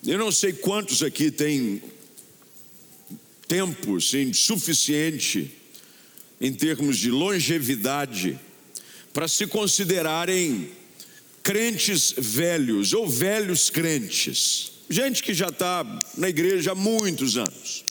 Eu não sei quantos aqui têm tempo suficiente em termos de longevidade para se considerarem crentes velhos ou velhos crentes. Gente que já está na igreja há muitos anos,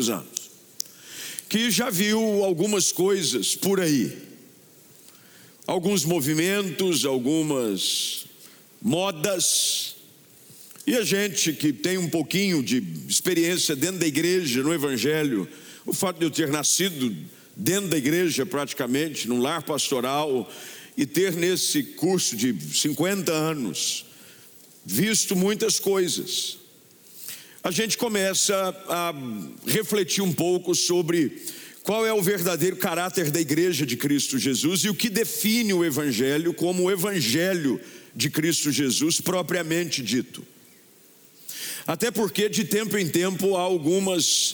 que já viu algumas coisas por aí, alguns movimentos, algumas modas. E a gente que tem um pouquinho de experiência dentro da igreja, no evangelho, o fato de eu ter nascido dentro da igreja praticamente, num lar pastoral, e ter nesse curso de 50 anos, visto muitas coisas, a gente começa a refletir um pouco sobre qual é o verdadeiro caráter da igreja de Cristo Jesus e o que define o evangelho como o evangelho de Cristo Jesus propriamente dito. Até porque de tempo em tempo há algumas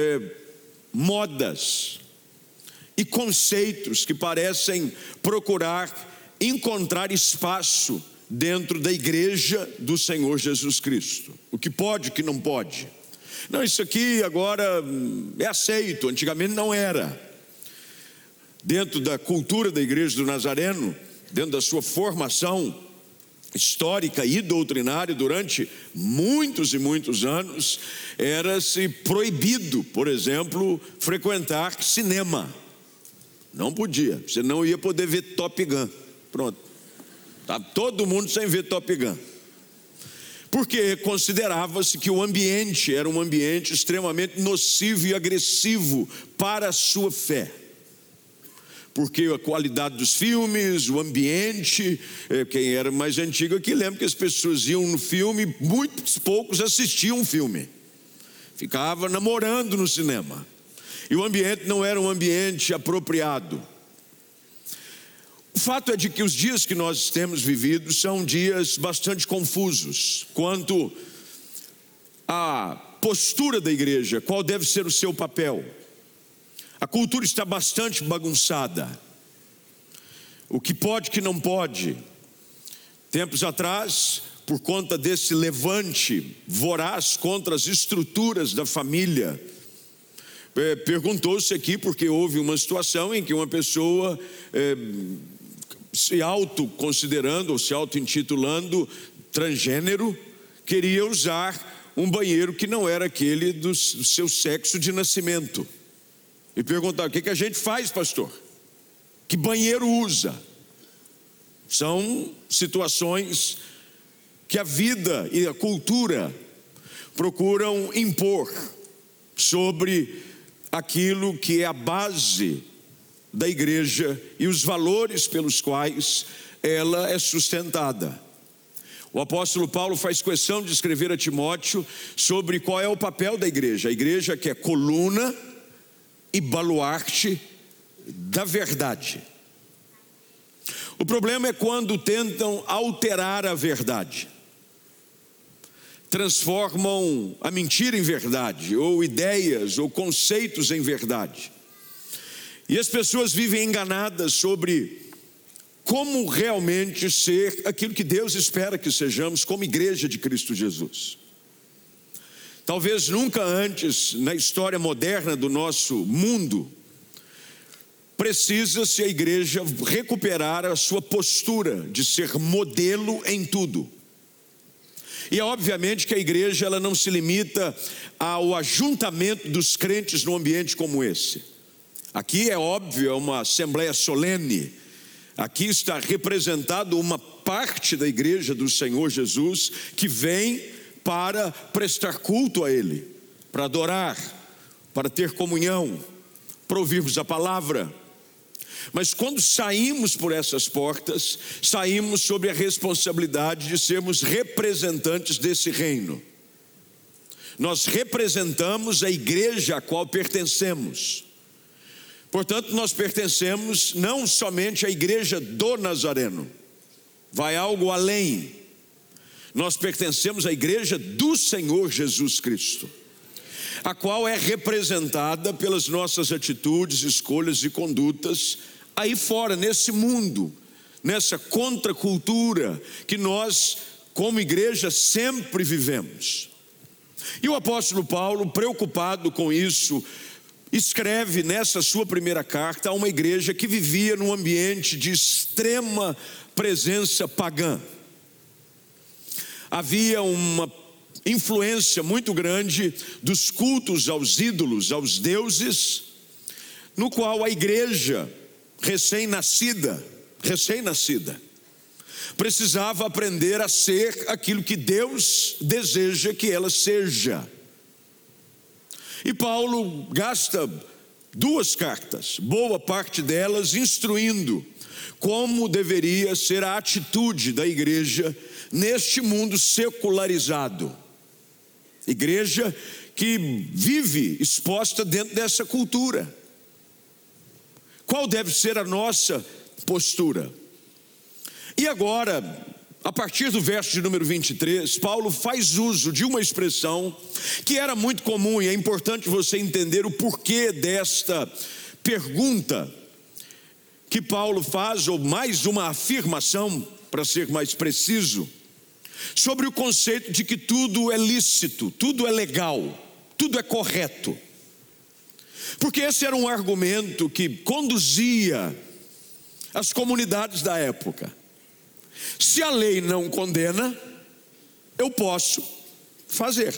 modas e conceitos que parecem procurar encontrar espaço dentro da igreja do Senhor Jesus Cristo. O que pode, o que não pode. Não, isso aqui agora é aceito, antigamente não era. Dentro da cultura da igreja do Nazareno, dentro da sua formação histórica e doutrinária, durante muitos e muitos anos, era-se proibido, por exemplo, frequentar cinema. Não podia, você não ia poder ver Top Gun. Pronto, tá todo mundo sem ver Top Gun, porque considerava-se que o ambiente era um ambiente extremamente nocivo e agressivo para a sua fé. Porque a qualidade dos filmes, o ambiente, quem era mais antigo aqui lembra que as pessoas iam no filme, muitos poucos assistiam um filme, ficava namorando no cinema, e o ambiente não era um ambiente apropriado. O fato é de que os dias que nós temos vivido são dias bastante confusos quanto à postura da igreja, qual deve ser o seu papel. A cultura está bastante bagunçada. O que pode, o que não pode. Tempos atrás, por conta desse levante voraz contra as estruturas da família, perguntou-se aqui, porque houve uma situação em que uma pessoa se auto-considerando ou se auto-intitulando transgênero, queria usar um banheiro que não era aquele do seu sexo de nascimento. E perguntaram: o que a gente faz, pastor? Que banheiro usa? São situações que a vida e a cultura procuram impor sobre aquilo que é a base da igreja e os valores pelos quais ela é sustentada. O apóstolo Paulo faz questão de escrever a Timóteo sobre qual é o papel da igreja. A igreja que é coluna e baluarte da verdade. O problema é quando tentam alterar a verdade, transformam a mentira em verdade, ou ideias ou conceitos em verdade, e as pessoas vivem enganadas sobre como realmente ser aquilo que Deus espera que sejamos como igreja de Cristo Jesus. Talvez nunca antes na história moderna do nosso mundo precisa-se a igreja recuperar a sua postura de ser modelo em tudo. E é obviamente que a igreja ela não se limita ao ajuntamento dos crentes num ambiente como esse. Aqui é óbvio, é uma assembleia solene. Aqui está representado uma parte da igreja do Senhor Jesus que vem para prestar culto a Ele, para adorar, para ter comunhão, para ouvirmos a palavra. Mas quando saímos por essas portas, saímos sob a responsabilidade de sermos representantes desse reino. Nós representamos a igreja a qual pertencemos. Portanto, nós pertencemos não somente à igreja do Nazareno, vai algo além. Nós pertencemos à igreja do Senhor Jesus Cristo, a qual é representada pelas nossas atitudes, escolhas e condutas aí fora, nesse mundo, nessa contracultura que nós, como igreja, sempre vivemos. E o apóstolo Paulo, preocupado com isso, escreve nessa sua primeira carta a uma igreja que vivia num ambiente de extrema presença pagã. Havia uma influência muito grande dos cultos aos ídolos, aos deuses, no qual a igreja recém-nascida, precisava aprender a ser aquilo que Deus deseja que ela seja. E Paulo gasta 2 cartas, boa parte delas instruindo como deveria ser a atitude da igreja neste mundo secularizado. Igreja que vive exposta dentro dessa cultura. Qual deve ser a nossa postura? E agora, a partir do verso de número 23, Paulo faz uso de uma expressão que era muito comum, e é importante você entender o porquê desta pergunta que Paulo faz, ou mais uma afirmação, para ser mais preciso, sobre o conceito de que tudo é lícito, tudo é legal, tudo é correto. Porque esse era um argumento que conduzia as comunidades da época. Se a lei não condena, eu posso fazer.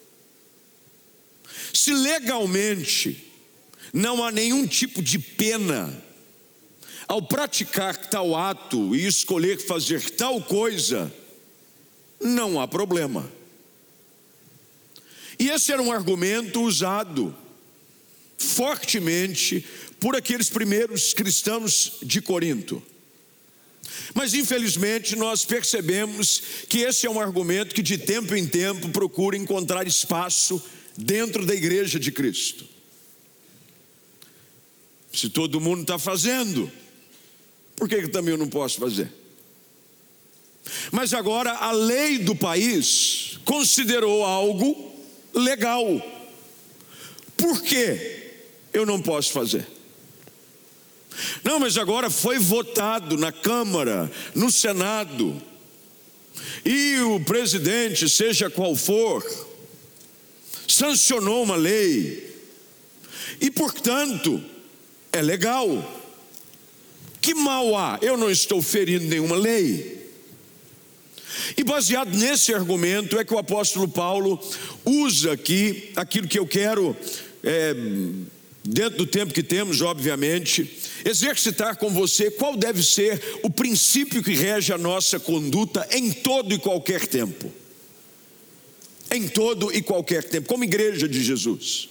Se legalmente não há nenhum tipo de pena ao praticar tal ato e escolher fazer tal coisa, não há problema. E esse era um argumento usado fortemente por aqueles primeiros cristãos de Corinto. Mas infelizmente nós percebemos que esse é um argumento que de tempo em tempo procura encontrar espaço dentro da igreja de Cristo. Se todo mundo está fazendo, por que também eu não posso fazer? Mas agora a lei do país considerou algo legal. Por que eu não posso fazer? Não, mas agora foi votado na Câmara, no Senado, e o presidente, seja qual for, sancionou uma lei, e portanto é legal. Que mal há? Eu não estou ferindo nenhuma lei. E baseado nesse argumento é que o apóstolo Paulo usa aqui aquilo que eu quero, dentro do tempo que temos, obviamente, exercitar com você qual deve ser o princípio que rege a nossa conduta em todo e qualquer tempo. Em todo e qualquer tempo, como igreja de Jesus.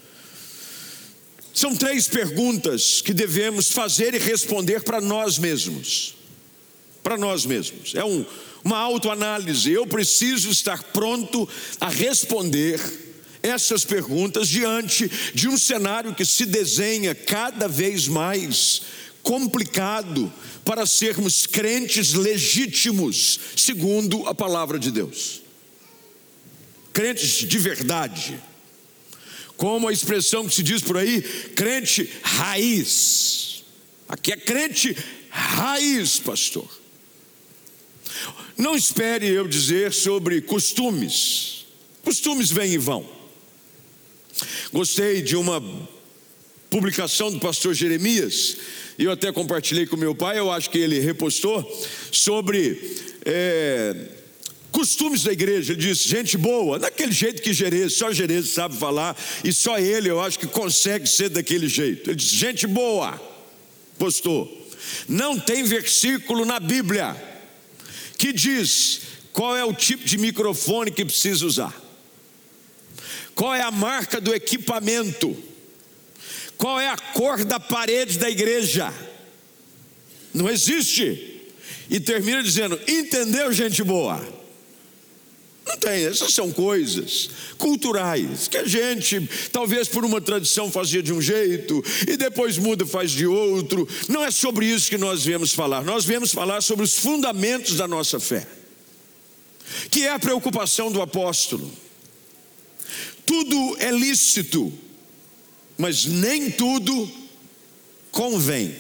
São 3 perguntas que devemos fazer e responder para nós mesmos. Para nós mesmos. É uma autoanálise. Eu preciso estar pronto a responder essas perguntas diante de um cenário que se desenha cada vez mais complicado para sermos crentes legítimos, segundo a palavra de Deus. Crentes de verdade. Como a expressão que se diz por aí, crente raiz. Aqui é crente raiz, pastor. Não espere eu dizer sobre costumes. Costumes vêm e vão. Gostei de uma publicação do pastor Jeremias, e eu até compartilhei com meu pai, eu acho que ele repostou, sobre costumes da igreja. Ele disse, gente boa, daquele jeito que só Jerez sabe falar, e só ele eu acho que consegue ser daquele jeito. Ele disse, gente boa, postou, não tem versículo na Bíblia que diz qual é o tipo de microfone que precisa usar, qual é a marca do equipamento, qual é a cor da parede da igreja. Não existe. E termina dizendo, entendeu, gente boa? Não tem. Essas são coisas culturais que a gente, talvez por uma tradição, fazia de um jeito e depois muda, faz de outro. Não é sobre isso que nós viemos falar. Nós viemos falar sobre os fundamentos da nossa fé, que é a preocupação do apóstolo. Tudo é lícito, mas nem tudo convém.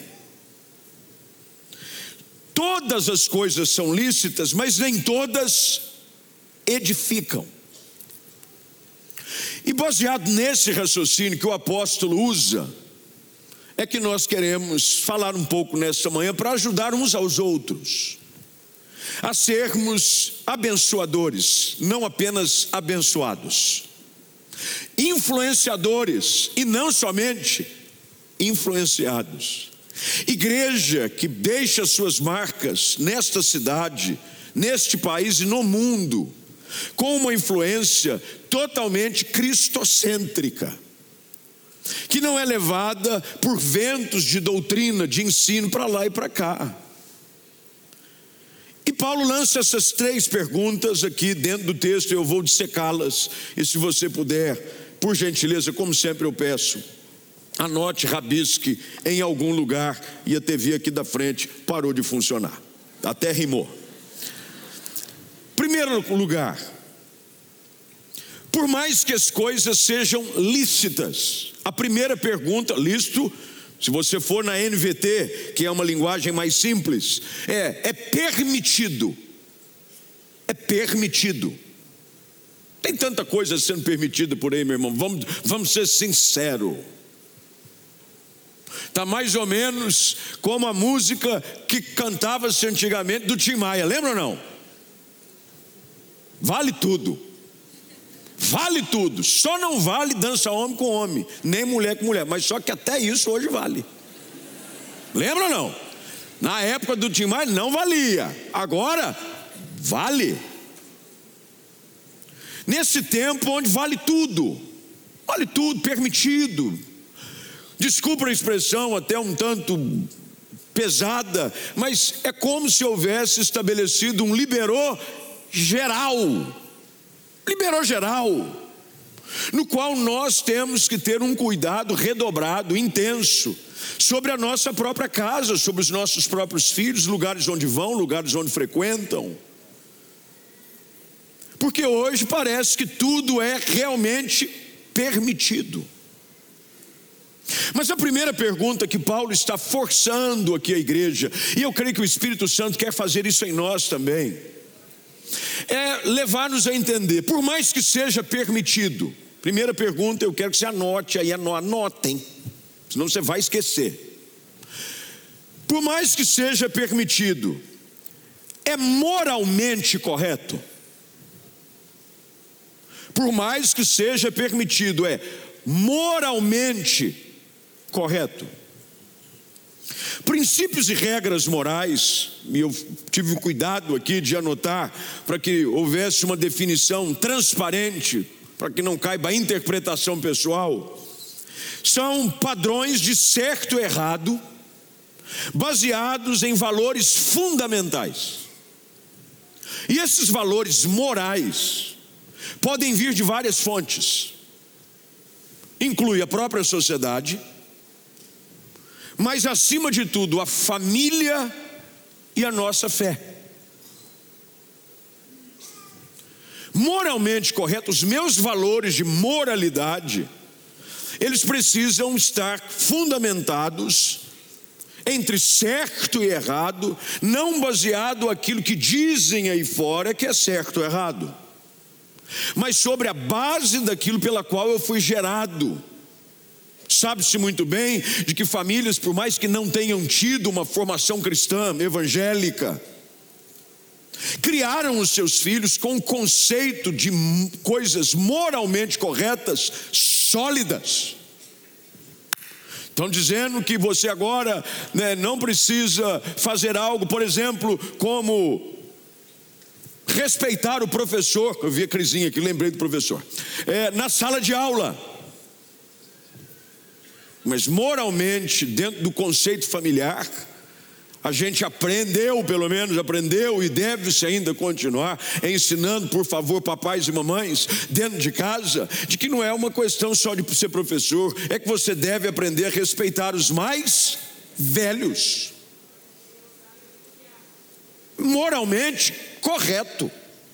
Todas as coisas são lícitas, mas nem todas edificam. E baseado nesse raciocínio que o apóstolo usa, é que nós queremos falar um pouco nesta manhã para ajudar uns aos outros a sermos abençoadores, não apenas abençoados, influenciadores e não somente influenciados. Igreja que deixa suas marcas nesta cidade, neste país e no mundo, com uma influência totalmente cristocêntrica, que não é levada por ventos de doutrina, de ensino para lá e para cá. E Paulo lança essas 3 perguntas aqui dentro do texto, eu vou dissecá-las, e se você puder, por gentileza, como sempre eu peço, anote, rabisque em algum lugar. E a TV aqui da frente parou de funcionar, até rimou. Primeiro lugar, por mais que as coisas sejam lícitas, a primeira pergunta, lícito, se você for na NVT, que é uma linguagem mais simples, é permitido. É permitido. Tem tanta coisa sendo permitida por aí, meu irmão, vamos ser sinceros. Está mais ou menos como a música que cantava-se antigamente do Tim Maia, lembra ou não? Vale tudo. Vale tudo, só não vale dança homem com homem, nem mulher com mulher, mas só que até isso hoje vale. Lembra ou não? Na época do Tim Maia não valia, agora vale. Nesse tempo onde vale tudo, permitido. Desculpa a expressão até um tanto pesada, mas é como se houvesse estabelecido um liberou geral, no qual nós temos que ter um cuidado redobrado, intenso, sobre a nossa própria casa, sobre os nossos próprios filhos, lugares onde vão, lugares onde frequentam. Porque hoje parece que tudo é realmente permitido. Mas a primeira pergunta que Paulo está forçando aqui a igreja, e eu creio que o Espírito Santo quer fazer isso em nós também, é levar-nos a entender, por mais que seja permitido. Primeira pergunta, eu quero que você anote aí, anotem, senão você vai esquecer. Por mais que seja permitido, é moralmente correto? Por mais que seja permitido, é moralmente correto? Princípios e regras morais, e eu tive cuidado aqui de anotar para que houvesse uma definição transparente, para que não caiba a interpretação pessoal, são padrões de certo e errado, baseados em valores fundamentais. E esses valores morais podem vir de várias fontes, inclui a própria sociedade, mas acima de tudo a família e a nossa fé. Moralmente correto, os meus valores de moralidade, eles precisam estar fundamentados entre certo e errado, não baseado naquilo que dizem aí fora que é certo ou errado, mas sobre a base daquilo pela qual eu fui gerado. Sabe-se muito bem de que famílias, por mais que não tenham tido uma formação cristã, evangélica, criaram os seus filhos com o conceito de coisas moralmente corretas, sólidas. Estão dizendo que você agora não precisa fazer algo, por exemplo, como respeitar o professor. Eu vi a Crisinha aqui, lembrei do professor, na sala de aula. Mas moralmente, dentro do conceito familiar, a gente aprendeu, pelo menos aprendeu, e deve-se ainda continuar ensinando, por favor, papais e mamães, dentro de casa, de que não é uma questão só de ser professor, é que você deve aprender a respeitar os mais velhos. Moralmente correto.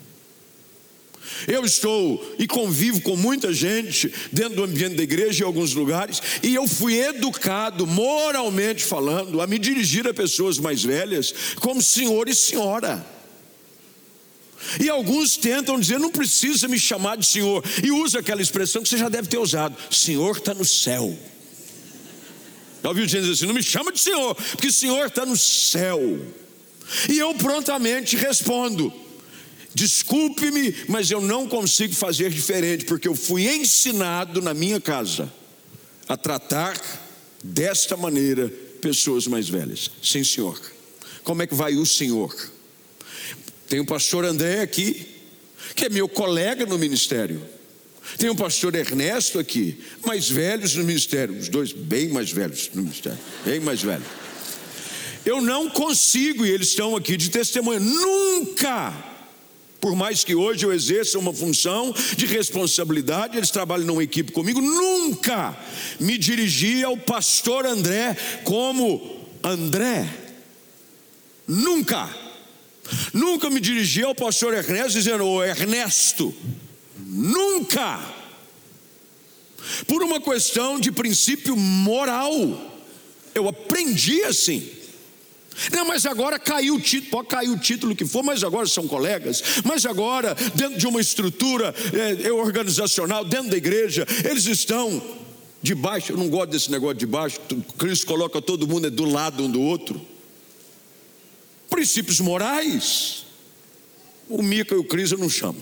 Eu estou e convivo com muita gente dentro do ambiente da igreja em alguns lugares, e eu fui educado, moralmente falando, a me dirigir a pessoas mais velhas como senhor e senhora. E alguns tentam dizer, não precisa me chamar de Senhor, e usa aquela expressão que você já deve ter usado: Senhor está no céu. Já ouviu gente dizer assim, não me chama de Senhor, porque o Senhor está no céu. E eu prontamente respondo: desculpe-me, mas eu não consigo fazer diferente, porque eu fui ensinado na minha casa a tratar desta maneira pessoas mais velhas. Sim, senhor. Como é que vai o senhor? Tem o pastor André aqui, que é meu colega no ministério. Tem o pastor Ernesto aqui, mais velhos no ministério. Os dois bem mais velhos no ministério, bem mais velhos. Eu não consigo, e eles estão aqui de testemunha, nunca, por mais que hoje eu exerça uma função de responsabilidade, eles trabalham numa equipe comigo, nunca me dirigi ao pastor André como André. Nunca me dirigi ao pastor Ernesto dizendo: ô Ernesto. Nunca. Por uma questão de princípio moral. Eu aprendi assim. Não, mas agora caiu o título, pode cair o título que for, mas agora são colegas. Mas agora, dentro de uma estrutura organizacional, dentro da igreja, eles estão debaixo. Eu não gosto desse negócio de baixo. Cristo coloca todo mundo do lado um do outro. Princípios morais. O Mica e o Cris eu não chamo.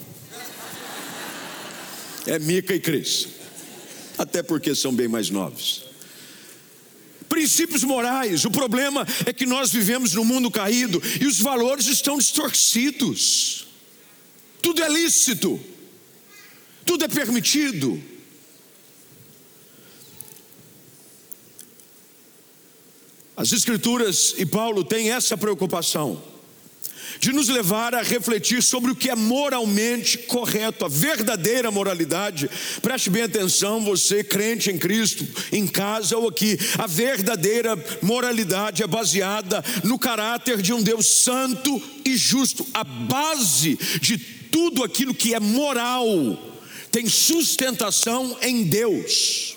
É Mica e Cris. Até porque são bem mais novos. Princípios morais. O problema é que nós vivemos num mundo caído e os valores estão distorcidos. Tudo é lícito, tudo é permitido. As Escrituras e Paulo têm essa preocupação de nos levar a refletir sobre o que é moralmente correto, a verdadeira moralidade. Preste bem atenção, você crente em Cristo, em casa ou aqui. A verdadeira moralidade é baseada no caráter de um Deus santo e justo. A base de tudo aquilo que é moral tem sustentação em Deus.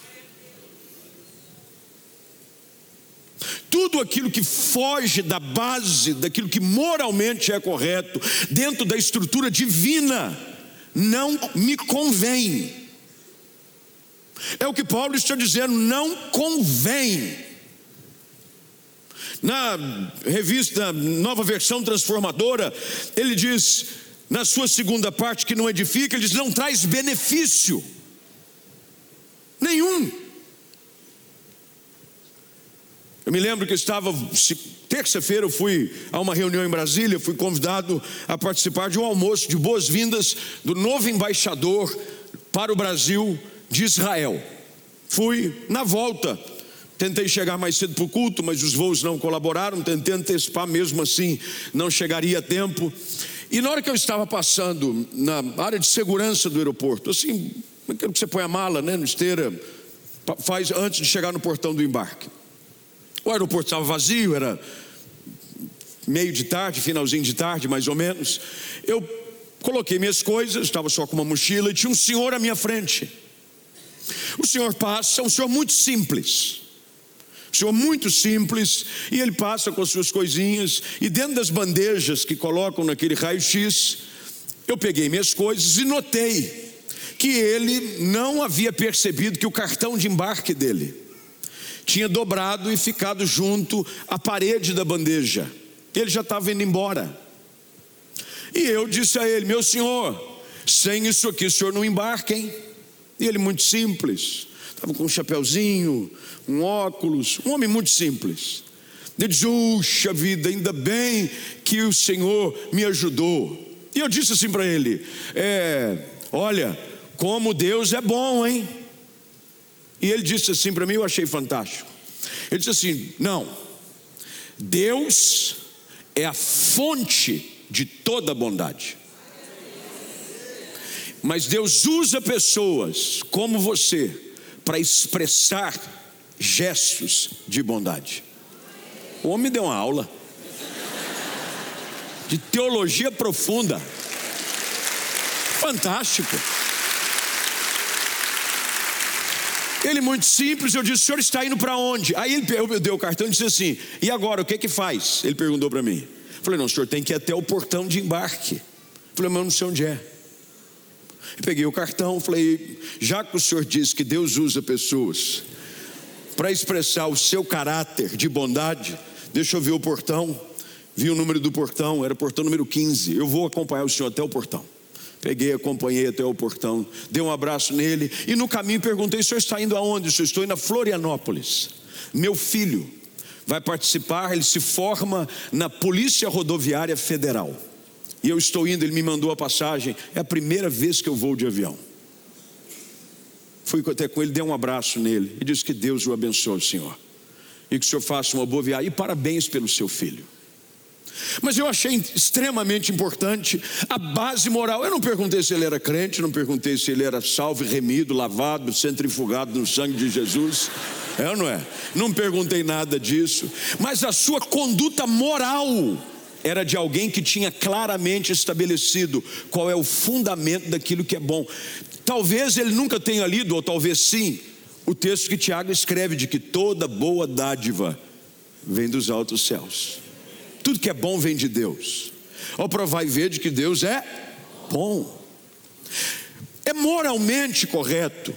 Tudo aquilo que foge da base, daquilo que moralmente é correto, dentro da estrutura divina, não me convém. É o que Paulo está dizendo, não convém. Na revista Nova Versão Transformadora, ele diz, na sua segunda parte, que não edifica, ele diz, não traz benefício nenhum. Eu me lembro que terça-feira eu fui a uma reunião em Brasília, fui convidado a participar de um almoço de boas-vindas do novo embaixador para o Brasil de Israel. Fui na volta, tentei chegar mais cedo para o culto, mas os voos não colaboraram, tentei antecipar, mesmo assim não chegaria a tempo. E na hora que eu estava passando na área de segurança do aeroporto, assim, aquilo que você põe a mala, né, na esteira, faz antes de chegar no portão do embarque. O aeroporto estava vazio, era meio de tarde, finalzinho de tarde mais ou menos. Eu coloquei minhas coisas, estava só com uma mochila e tinha um senhor à minha frente. O senhor passa, um senhor muito simples. Um senhor muito simples, e ele passa com as suas coisinhas, e dentro das bandejas que colocam naquele raio-x, eu peguei minhas coisas e notei que ele não havia percebido que o cartão de embarque dele tinha dobrado e ficado junto à parede da bandeja. Ele já estava indo embora. E eu disse a ele, meu senhor, sem isso aqui o senhor não embarca, hein? E ele muito simples, estava com um chapeuzinho, um óculos, um homem muito simples. Ele disse, puxa vida, ainda bem que o senhor me ajudou. E eu disse assim para ele, olha, como Deus é bom, hein? E ele disse assim para mim, eu achei fantástico. Ele disse assim, não, Deus é a fonte de toda bondade. Mas Deus usa pessoas como você para expressar gestos de bondade. O homem deu uma aula de teologia profunda. Fantástico. Ele muito simples, eu disse, o senhor está indo para onde? Aí eu dei o cartão e disse assim, e agora, o que faz? Ele perguntou para mim. Eu falei, não, o senhor tem que ir até o portão de embarque. Falei, mas eu não sei onde é. Eu peguei o cartão, falei, já que o senhor diz que Deus usa pessoas para expressar o seu caráter de bondade, deixa eu ver o portão. Vi o número do portão, era o portão número 15. Eu vou acompanhar o senhor até o portão. Peguei, acompanhei até o portão, dei um abraço nele e no caminho perguntei, o senhor está indo aonde? O senhor, estou indo a Florianópolis. Meu filho vai participar, ele se forma na Polícia Rodoviária Federal. E eu estou indo, ele me mandou a passagem, é a primeira vez que eu vou de avião. Fui até com ele, dei um abraço nele e disse que Deus o abençoe, senhor. E que o senhor faça uma boa viagem e parabéns pelo seu filho. Mas eu achei extremamente importante a base moral. Eu não perguntei se ele era crente, não perguntei se ele era salvo, remido, lavado, centrifugado no sangue de Jesus. É ou não é? Não perguntei nada disso. Mas a sua conduta moral era de alguém que tinha claramente estabelecido qual é o fundamento daquilo que é bom. Talvez ele nunca tenha lido, ou talvez sim, o texto que Tiago escreve de que toda boa dádiva vem dos altos céus. Tudo que é bom vem de Deus. Ao provar e ver de que Deus é bom. É moralmente correto.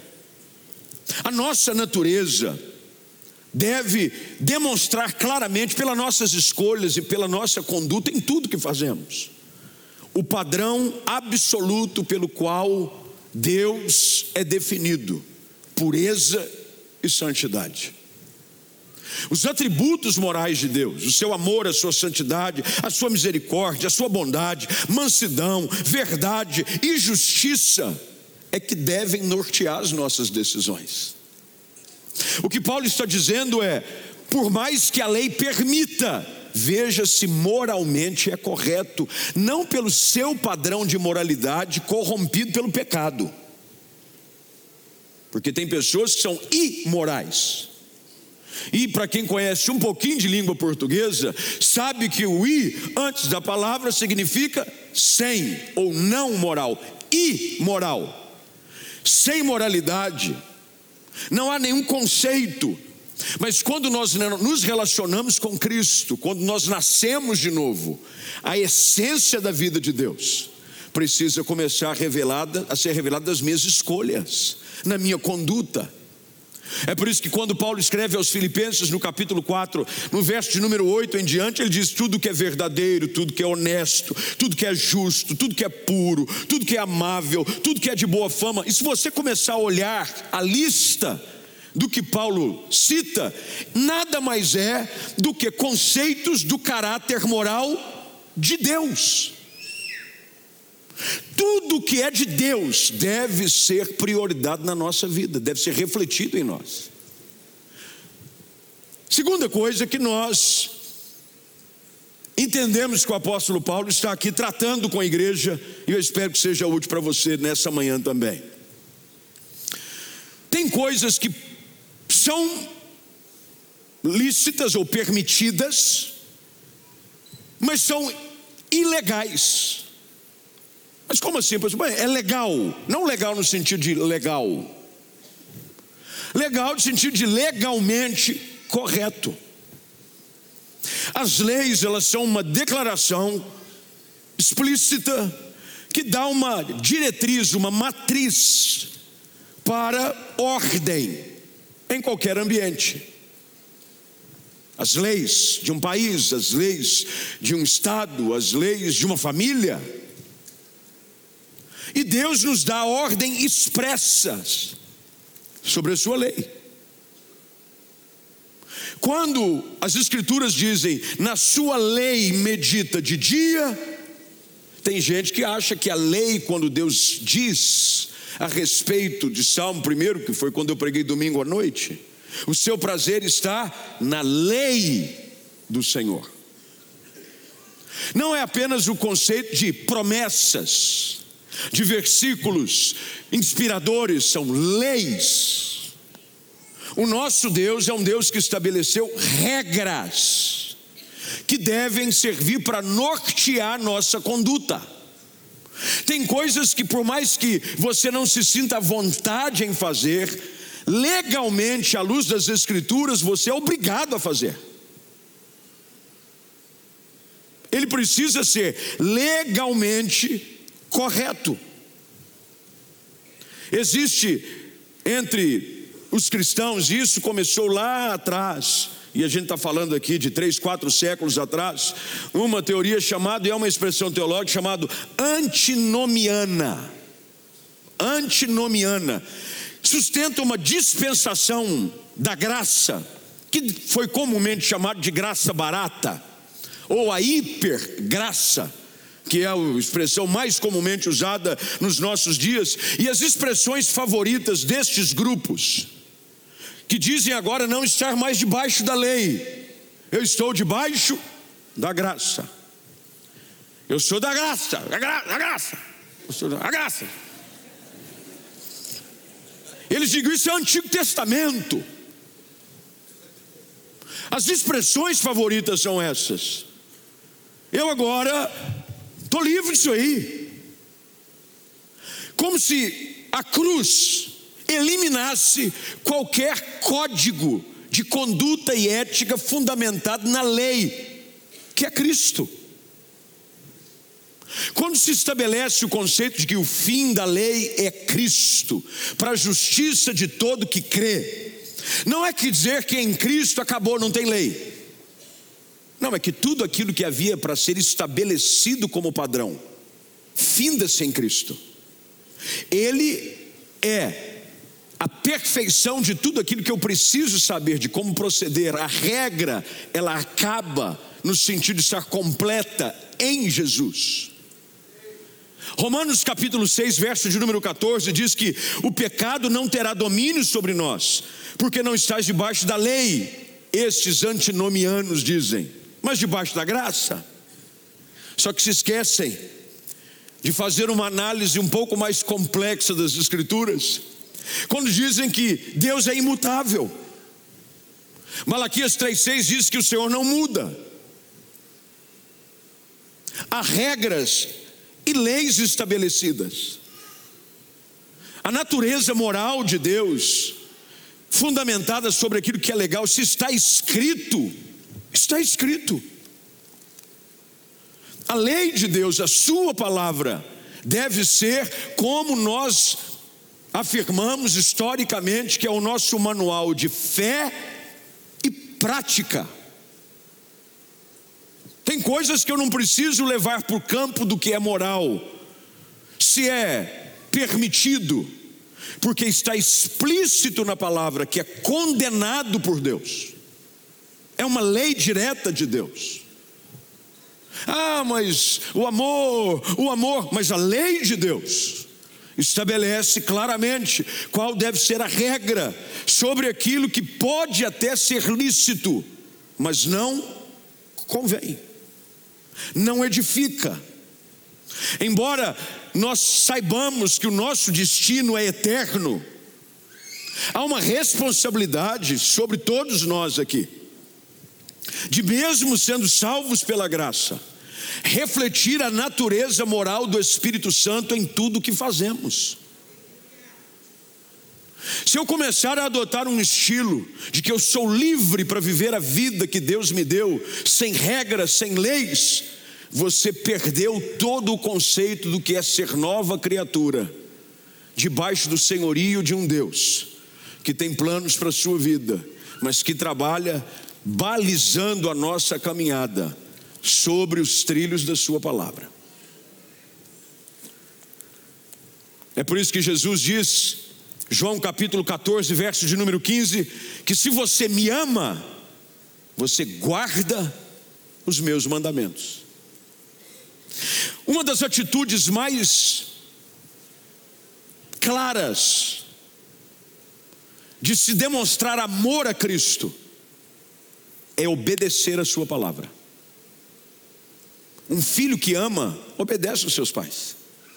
A nossa natureza deve demonstrar claramente pelas nossas escolhas e pela nossa conduta em tudo que fazemos o padrão absoluto pelo qual Deus é definido: pureza e santidade. Os atributos morais de Deus, o seu amor, a sua santidade, a sua misericórdia, a sua bondade, mansidão, verdade e justiça é que devem nortear as nossas decisões. O que Paulo está dizendo é, por mais que a lei permita, veja se moralmente é correto, não pelo seu padrão de moralidade corrompido pelo pecado. Porque tem pessoas que são imorais. E para quem conhece um pouquinho de língua portuguesa, sabe que o i antes da palavra significa sem ou não moral, imoral. Sem moralidade não há nenhum conceito. Mas quando nós nos relacionamos com Cristo, quando nós nascemos de novo, a essência da vida de Deus precisa começar a ser revelada das minhas escolhas, na minha conduta. É por isso que quando Paulo escreve aos Filipenses no capítulo 4, no verso de número 8 em diante, ele diz: tudo que é verdadeiro, tudo que é honesto, tudo que é justo, tudo que é puro, tudo que é amável, tudo que é de boa fama. E se você começar a olhar a lista do que Paulo cita, nada mais é do que conceitos do caráter moral de Deus. Tudo que é de Deus deve ser prioridade na nossa vida, deve ser refletido em nós. Segunda coisa que nós entendemos que o apóstolo Paulo está aqui tratando com a igreja, e eu espero que seja útil para você nessa manhã também. Tem coisas que são lícitas ou permitidas, mas são ilegais. Mas como assim? É legal, não legal no sentido de legal, legal no sentido de legalmente correto. As leis, elas são uma declaração explícita que dá uma diretriz, uma matriz para ordem em qualquer ambiente. As leis de um país, as leis de um estado, as leis de uma família. E Deus nos dá ordem expressas sobre a sua lei. Quando as escrituras dizem, na sua lei medita de dia, tem gente que acha que a lei, quando Deus diz a respeito de Salmo 1, que foi quando eu preguei domingo à noite, o seu prazer está na lei do Senhor. Não é apenas o conceito de promessas, de versículos inspiradores, são leis. O nosso Deus é um Deus que estabeleceu regras que devem servir para nortear nossa conduta. Tem coisas que, por mais que você não se sinta à vontade em fazer, legalmente, à luz das escrituras, você é obrigado a fazer. Ele precisa ser legalmente correto. Existe entre os cristãos, e isso começou lá atrás, e a gente está falando aqui de 3, 4 séculos atrás, uma teoria chamada, e é uma expressão teológica chamada antinomiana. Antinomiana sustenta uma dispensação da graça, que foi comumente chamada de graça barata, ou a hipergraça, que é a expressão mais comumente usada nos nossos dias, e as expressões favoritas destes grupos, que dizem agora não estar mais debaixo da lei. Eu estou debaixo da graça. Eu sou da graça, da graça. Eu sou da graça. Eles digam isso é o Antigo Testamento. As expressões favoritas são essas. Eu agora estou livre disso aí. Como se a cruz eliminasse qualquer código de conduta e ética fundamentado na lei, que é Cristo. Quando se estabelece o conceito de que o fim da lei é Cristo, para a justiça de todo que crê, não é que dizer que em Cristo acabou, não tem lei. Não, é que tudo aquilo que havia para ser estabelecido como padrão, finda-se em Cristo. Ele é a perfeição de tudo aquilo que eu preciso saber de como proceder. A regra, ela acaba no sentido de estar completa em Jesus. Romanos capítulo 6, verso de número 14 diz que o pecado não terá domínio sobre nós, porque não estás debaixo da lei. Estes antinomianos dizem, mas debaixo da graça. Só que se esquecem de fazer uma análise um pouco mais complexa das Escrituras, quando dizem que Deus é imutável. Malaquias 3,6 diz que o Senhor não muda. Há regras e leis estabelecidas. A natureza moral de Deus, fundamentada sobre aquilo que é legal, se está escrito, está escrito. A lei de Deus, a sua palavra, deve ser como nós afirmamos historicamente, que é o nosso manual de fé e prática. Tem coisas que eu não preciso levar para o campo do que é moral, se é permitido, porque está explícito na palavra que é condenado por Deus. É uma lei direta de Deus. Ah, mas o amor, mas a lei de Deus estabelece claramente qual deve ser a regra sobre aquilo que pode até ser lícito, mas não convém, não edifica. Embora nós saibamos que o nosso destino é eterno, há uma responsabilidade sobre todos nós aqui, de mesmo sendo salvos pela graça, refletir a natureza moral do Espírito Santo em tudo que fazemos. Se eu começar a adotar um estilo de que eu sou livre para viver a vida que Deus me deu, sem regras, sem leis, você perdeu todo o conceito do que é ser nova criatura, debaixo do senhorio de um Deus que tem planos para a sua vida, mas que trabalha balizando a nossa caminhada sobre os trilhos da sua palavra. É por isso que Jesus diz, João capítulo 14, verso de número 15, que se você me ama, você guarda os meus mandamentos. Uma das atitudes mais claras de se demonstrar amor a Cristo é obedecer a sua palavra. Um filho que ama, obedece aos seus pais.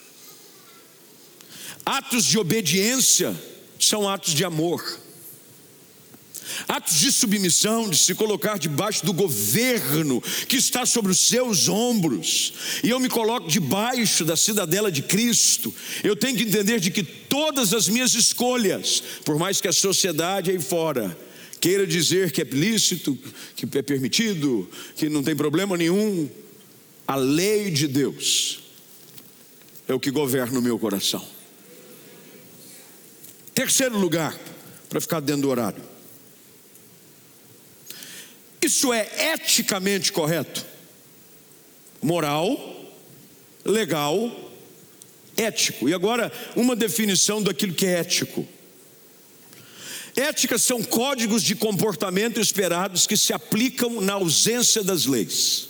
Atos de obediência são atos de amor. Atos de submissão, de se colocar debaixo do governo que está sobre os seus ombros. E eu me coloco debaixo da cidadela de Cristo. Eu tenho que entender de que todas as minhas escolhas, por mais que a sociedade aí fora queira dizer que é lícito, que é permitido, que não tem problema nenhum, a lei de Deus é o que governa o meu coração. Terceiro lugar, para ficar dentro do horário. Isso é eticamente correto? Moral, legal, ético. E agora, uma definição daquilo que é ético. Ética são códigos de comportamento esperados que se aplicam na ausência das leis.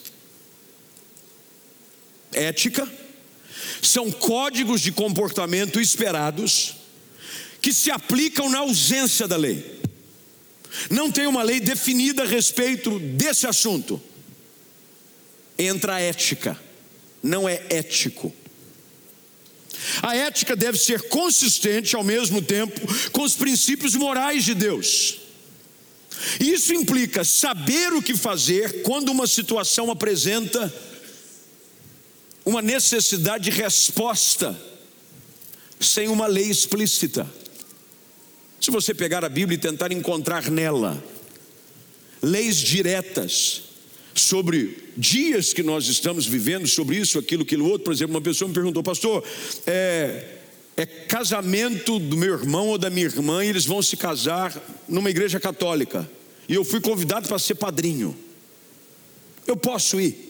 Ética são códigos de comportamento esperados que se aplicam na ausência da lei. Não tem uma lei definida a respeito desse assunto. Entra a ética, não é ético. A ética deve ser consistente ao mesmo tempo com os princípios morais de Deus. Isso implica saber o que fazer quando uma situação apresenta uma necessidade de resposta sem uma lei explícita. Se você pegar a Bíblia e tentar encontrar nela leis diretas sobre dias que nós estamos vivendo, sobre isso, aquilo outro. Por exemplo, uma pessoa me perguntou: pastor, é casamento do meu irmão ou da minha irmã, e eles vão se casar numa igreja católica, e eu fui convidado para ser padrinho, eu posso ir?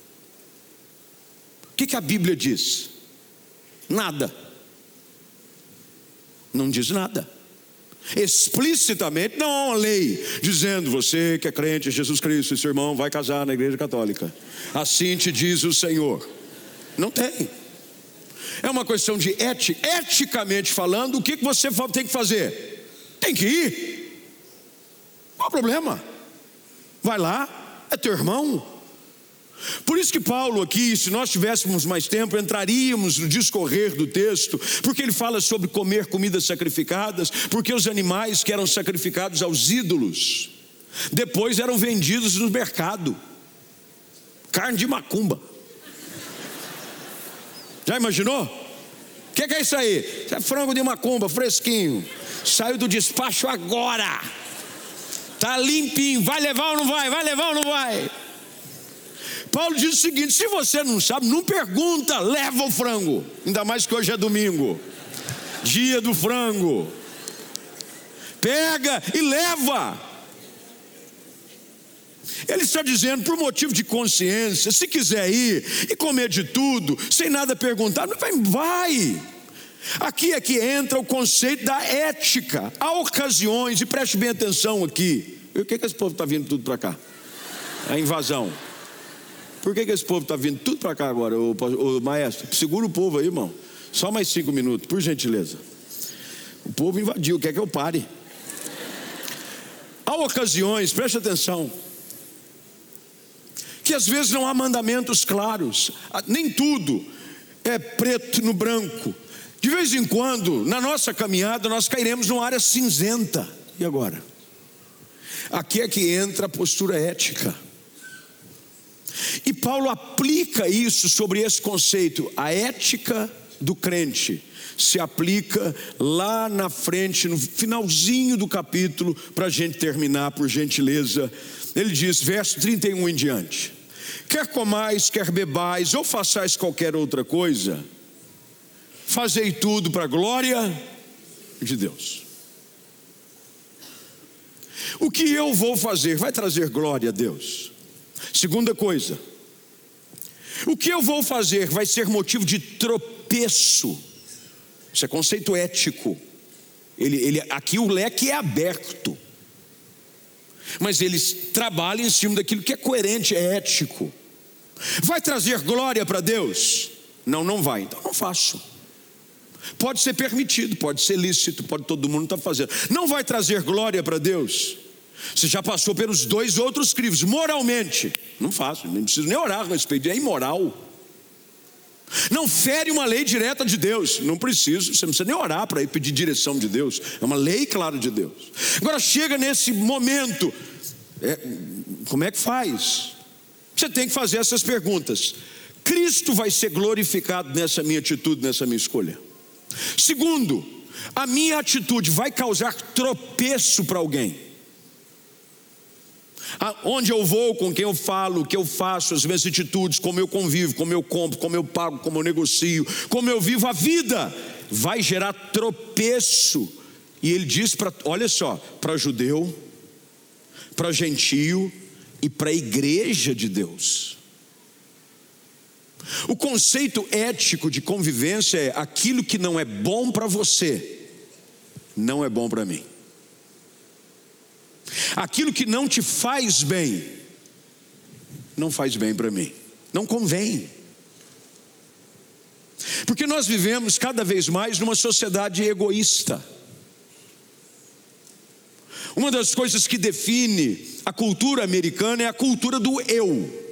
O que a Bíblia diz? Nada. Não diz nada. Explicitamente não há uma lei dizendo: você que é crente em Jesus Cristo, seu irmão vai casar na igreja católica, assim te diz o Senhor. Não tem. É uma questão de ética. Eticamente falando, o que você tem que fazer? Tem que ir. Qual o problema? Vai lá, é teu irmão. Por isso que Paulo aqui, se nós tivéssemos mais tempo, entraríamos no discorrer do texto, porque ele fala sobre comer comidas sacrificadas, porque os animais que eram sacrificados aos ídolos, depois eram vendidos no mercado. Carne de macumba. Já imaginou? O que é isso aí? Isso é frango de macumba, fresquinho, saiu do despacho agora, tá limpinho. Vai levar ou não vai? Vai levar ou não vai? Paulo diz o seguinte: se você não sabe, não pergunta, leva o frango. Ainda mais que hoje é domingo, dia do frango. Pega e leva. Ele está dizendo, por motivo de consciência, se quiser ir e comer de tudo, sem nada perguntar, vai. Aqui é que entra o conceito da ética. Há ocasiões, e preste bem atenção aqui. O que esse povo está vindo tudo para cá? A invasão. Por que esse povo está vindo tudo para cá agora, o maestro? Segura o povo aí, irmão. Só mais 5 minutos, por gentileza. O povo invadiu, quer que eu pare. Há ocasiões, preste atenção, que às vezes não há mandamentos claros. Nem tudo é preto no branco. De vez em quando, na nossa caminhada, nós cairemos numa área cinzenta. E agora? Aqui é que entra a postura ética. E Paulo aplica isso sobre esse conceito. A ética do crente se aplica lá na frente, no finalzinho do capítulo, para a gente terminar, por gentileza. Ele diz, verso 31 em diante: quer comais, quer bebais, ou façais qualquer outra coisa, fazei tudo para a glória de Deus. O que eu vou fazer vai trazer glória a Deus. Segunda coisa, o que eu vou fazer vai ser motivo de tropeço. Isso é conceito ético. Aqui o leque é aberto, mas eles trabalham em cima daquilo que é coerente, é ético. Vai trazer glória para Deus? Não, não vai. Então não faço. Pode ser permitido, pode ser lícito, pode todo mundo estar fazendo. Não vai trazer glória para Deus? Você já passou pelos 2 outros crimes. Moralmente, não faço, nem preciso nem orar a respeito, é imoral. Não fere uma lei direta de Deus, não preciso, você não precisa nem orar para ir pedir direção de Deus, é uma lei clara de Deus. Agora chega nesse momento, como é que faz? Você tem que fazer essas perguntas. Cristo vai ser glorificado nessa minha atitude, nessa minha escolha? Segundo, a minha atitude vai causar tropeço para alguém? Onde eu vou, com quem eu falo, o que eu faço, as minhas atitudes, como eu convivo, como eu compro, como eu pago, como eu negocio, como eu vivo a vida, vai gerar tropeço. E ele diz olha só, para judeu, para gentio e para a igreja de Deus. O conceito ético de convivência é: aquilo que não é bom para você, não é bom para mim. Aquilo que não te faz bem, não faz bem para mim, não convém. Porque nós vivemos cada vez mais numa sociedade egoísta. Uma das coisas que define a cultura americana é a cultura do eu.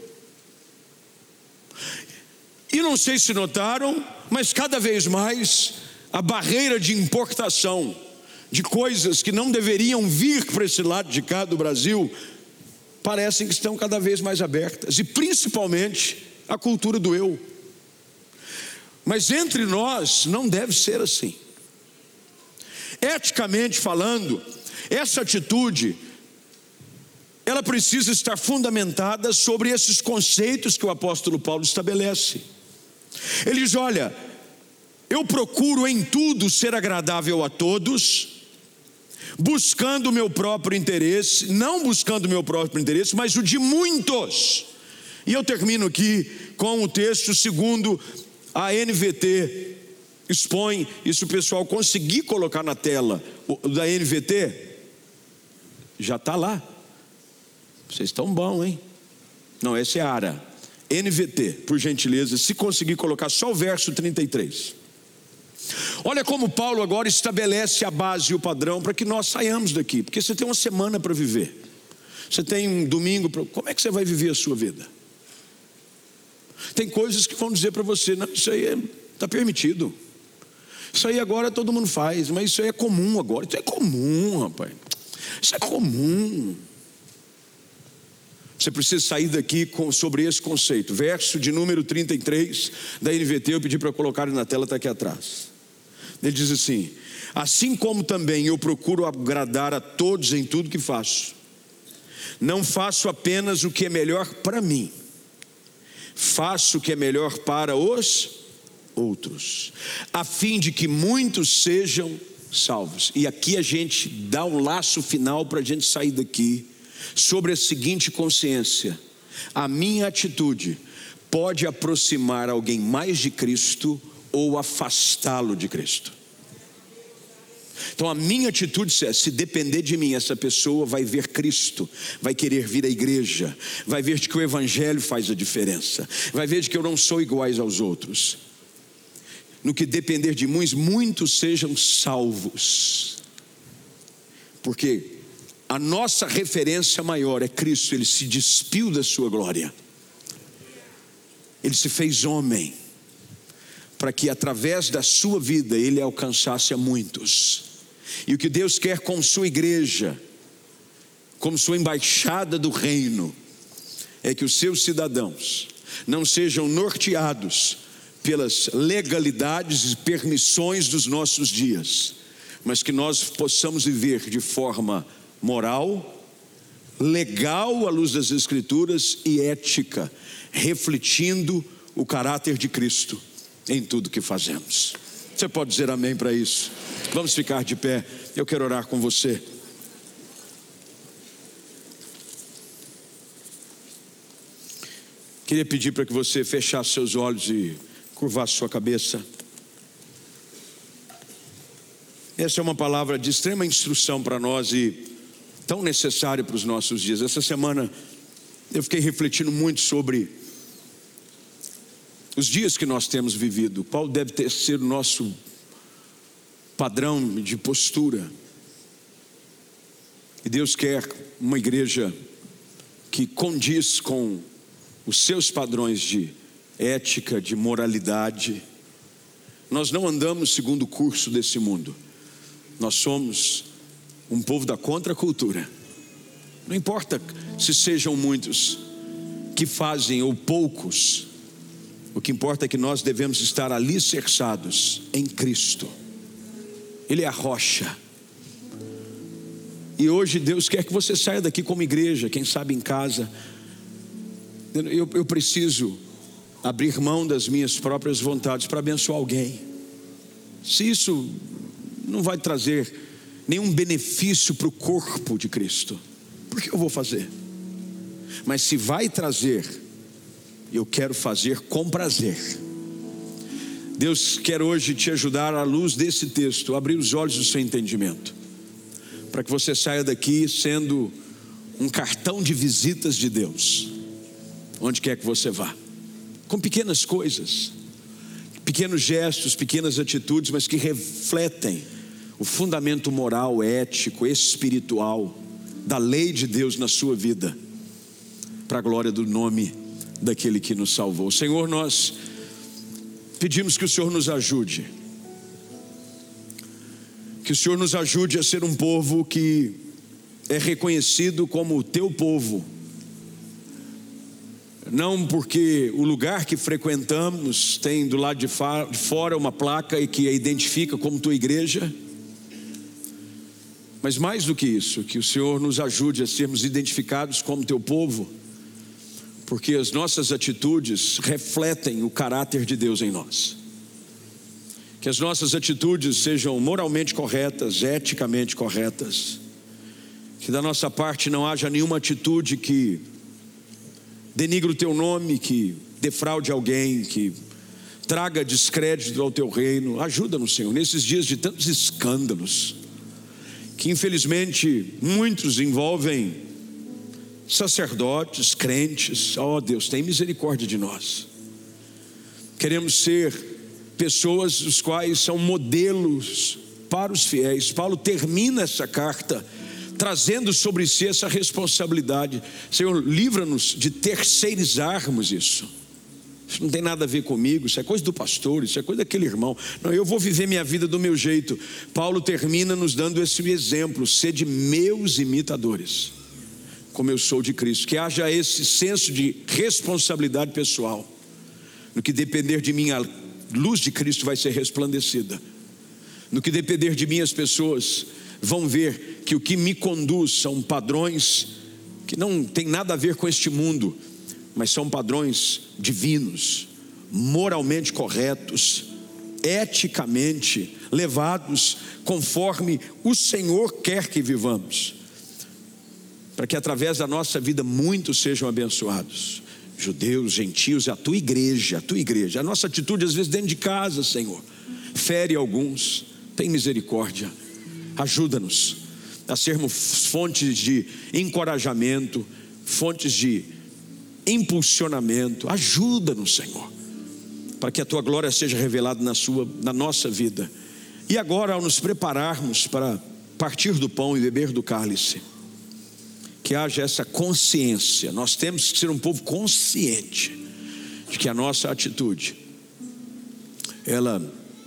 E não sei se notaram, mas cada vez mais a barreira de importação de coisas que não deveriam vir para esse lado de cá do Brasil, parecem que estão cada vez mais abertas, e principalmente a cultura do eu. Mas entre nós não deve ser assim. Eticamente falando, essa atitude, ela precisa estar fundamentada sobre esses conceitos que o apóstolo Paulo estabelece. Ele diz: olha, eu procuro em tudo ser agradável a todos, buscando o meu próprio interesse, não buscando o meu próprio interesse, mas o de muitos. E eu termino aqui com o texto segundo a NVT expõe. E se o pessoal conseguir colocar na tela da NVT, já está lá. Vocês estão bom, hein? Não, essa é a ARA. NVT, por gentileza, se conseguir colocar só o verso 33. Olha como Paulo agora estabelece a base e o padrão para que nós saiamos daqui. Porque você tem uma semana para viver, você tem um domingo como é que você vai viver a sua vida? Tem coisas que vão dizer para você: não, isso aí está permitido, isso aí agora todo mundo faz, mas isso aí é comum agora. Isso é comum, rapaz, isso é comum. Você precisa sair daqui sobre esse conceito. Verso de número 33 da NVT, eu pedi para colocar na tela, está aqui atrás. Ele diz assim: assim como também eu procuro agradar a todos em tudo que faço, não faço apenas o que é melhor para mim, faço o que é melhor para os outros, a fim de que muitos sejam salvos. E aqui a gente dá um laço final para a gente sair daqui sobre a seguinte consciência: a minha atitude pode aproximar alguém mais de Cristo ou afastá-lo de Cristo. Então a minha atitude é: se depender de mim, essa pessoa vai ver Cristo, vai querer vir à igreja, vai ver de que o evangelho faz a diferença, vai ver de que eu não sou iguais aos outros. No que depender de muitos sejam salvos. Porque a nossa referência maior é Cristo. Ele se despiu da sua glória, ele se fez homem, para que através da sua vida ele alcançasse a muitos. E o que Deus quer com sua igreja, como sua embaixada do reino, é que os seus cidadãos não sejam norteados pelas legalidades e permissões dos nossos dias, mas que nós possamos viver de forma moral, legal à luz das Escrituras e ética, refletindo o caráter de Cristo em tudo que fazemos. Você pode dizer amém para isso? Vamos ficar de pé, eu quero orar com você. Queria pedir para que você fechasse seus olhos e curvasse sua cabeça. Essa é uma palavra de extrema instrução para nós e tão necessária para os nossos dias. Essa semana eu fiquei refletindo muito sobre os dias que nós temos vivido. Qual deve ter sido o nosso padrão de postura? E Deus quer uma igreja que condiz com os seus padrões de ética, de moralidade. Nós não andamos segundo o curso desse mundo. Nós somos um povo da contracultura. Não importa se sejam muitos que fazem ou poucos, o que importa é que nós devemos estar alicerçados em Cristo. Ele é a rocha. E hoje Deus quer que você saia daqui como igreja, quem sabe em casa. Eu preciso abrir mão das minhas próprias vontades para abençoar alguém. Se isso não vai trazer nenhum benefício para o corpo de Cristo, por que eu vou fazer? Mas se vai trazer, eu quero fazer com prazer. Deus quer hoje te ajudar, à luz desse texto, a abrir os olhos do seu entendimento, para que você saia daqui sendo um cartão de visitas de Deus, onde quer que você vá, com pequenas coisas, pequenos gestos, pequenas atitudes, mas que refletem o fundamento moral, ético, espiritual da lei de Deus na sua vida, para a glória do nome daquele que nos salvou. Senhor, nós pedimos que o Senhor nos ajude, que o Senhor nos ajude a ser um povo que é reconhecido como o teu povo, não porque o lugar que frequentamos tem do lado de fora uma placa e que a identifica como tua igreja, mas mais do que isso, que o Senhor nos ajude a sermos identificados como teu povo, porque as nossas atitudes refletem o caráter de Deus em nós. Que as nossas atitudes sejam moralmente corretas, eticamente corretas. Que da nossa parte não haja nenhuma atitude que denigre o teu nome, que defraude alguém, que traga descrédito ao teu reino. Ajuda-nos, Senhor, nesses dias de tantos escândalos, que infelizmente muitos envolvem sacerdotes, crentes. Oh Deus, tem misericórdia de nós. Queremos ser pessoas os quais são modelos para os fiéis. Paulo termina essa carta trazendo sobre si essa responsabilidade. Senhor, livra-nos de terceirizarmos isso. Isso não tem nada a ver comigo, isso é coisa do pastor, isso é coisa daquele irmão. Não, eu vou viver minha vida do meu jeito. Paulo termina nos dando esse exemplo: sede meus imitadores, como eu sou de Cristo. Que haja esse senso de responsabilidade pessoal. No que depender de mim, a luz de Cristo vai ser resplandecida. No que depender de mim, as pessoas vão ver que o que me conduz são padrões que não tem nada a ver com este mundo, mas são padrões divinos, moralmente corretos, eticamente levados conforme o Senhor quer que vivamos, para que através da nossa vida muitos sejam abençoados, judeus, gentios, a tua igreja. A nossa atitude às vezes dentro de casa, Senhor, fere alguns. Tem misericórdia, ajuda-nos a sermos fontes de encorajamento, fontes de impulsionamento. Ajuda-nos, Senhor, para que a tua glória seja revelada na nossa vida. E agora, ao nos prepararmos para partir do pão e beber do cálice, que haja essa consciência. Nós temos que ser um povo consciente de que a nossa atitude, ela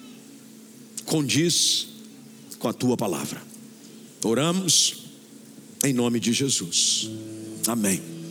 condiz com a tua palavra. Oramos em nome de Jesus. Amém.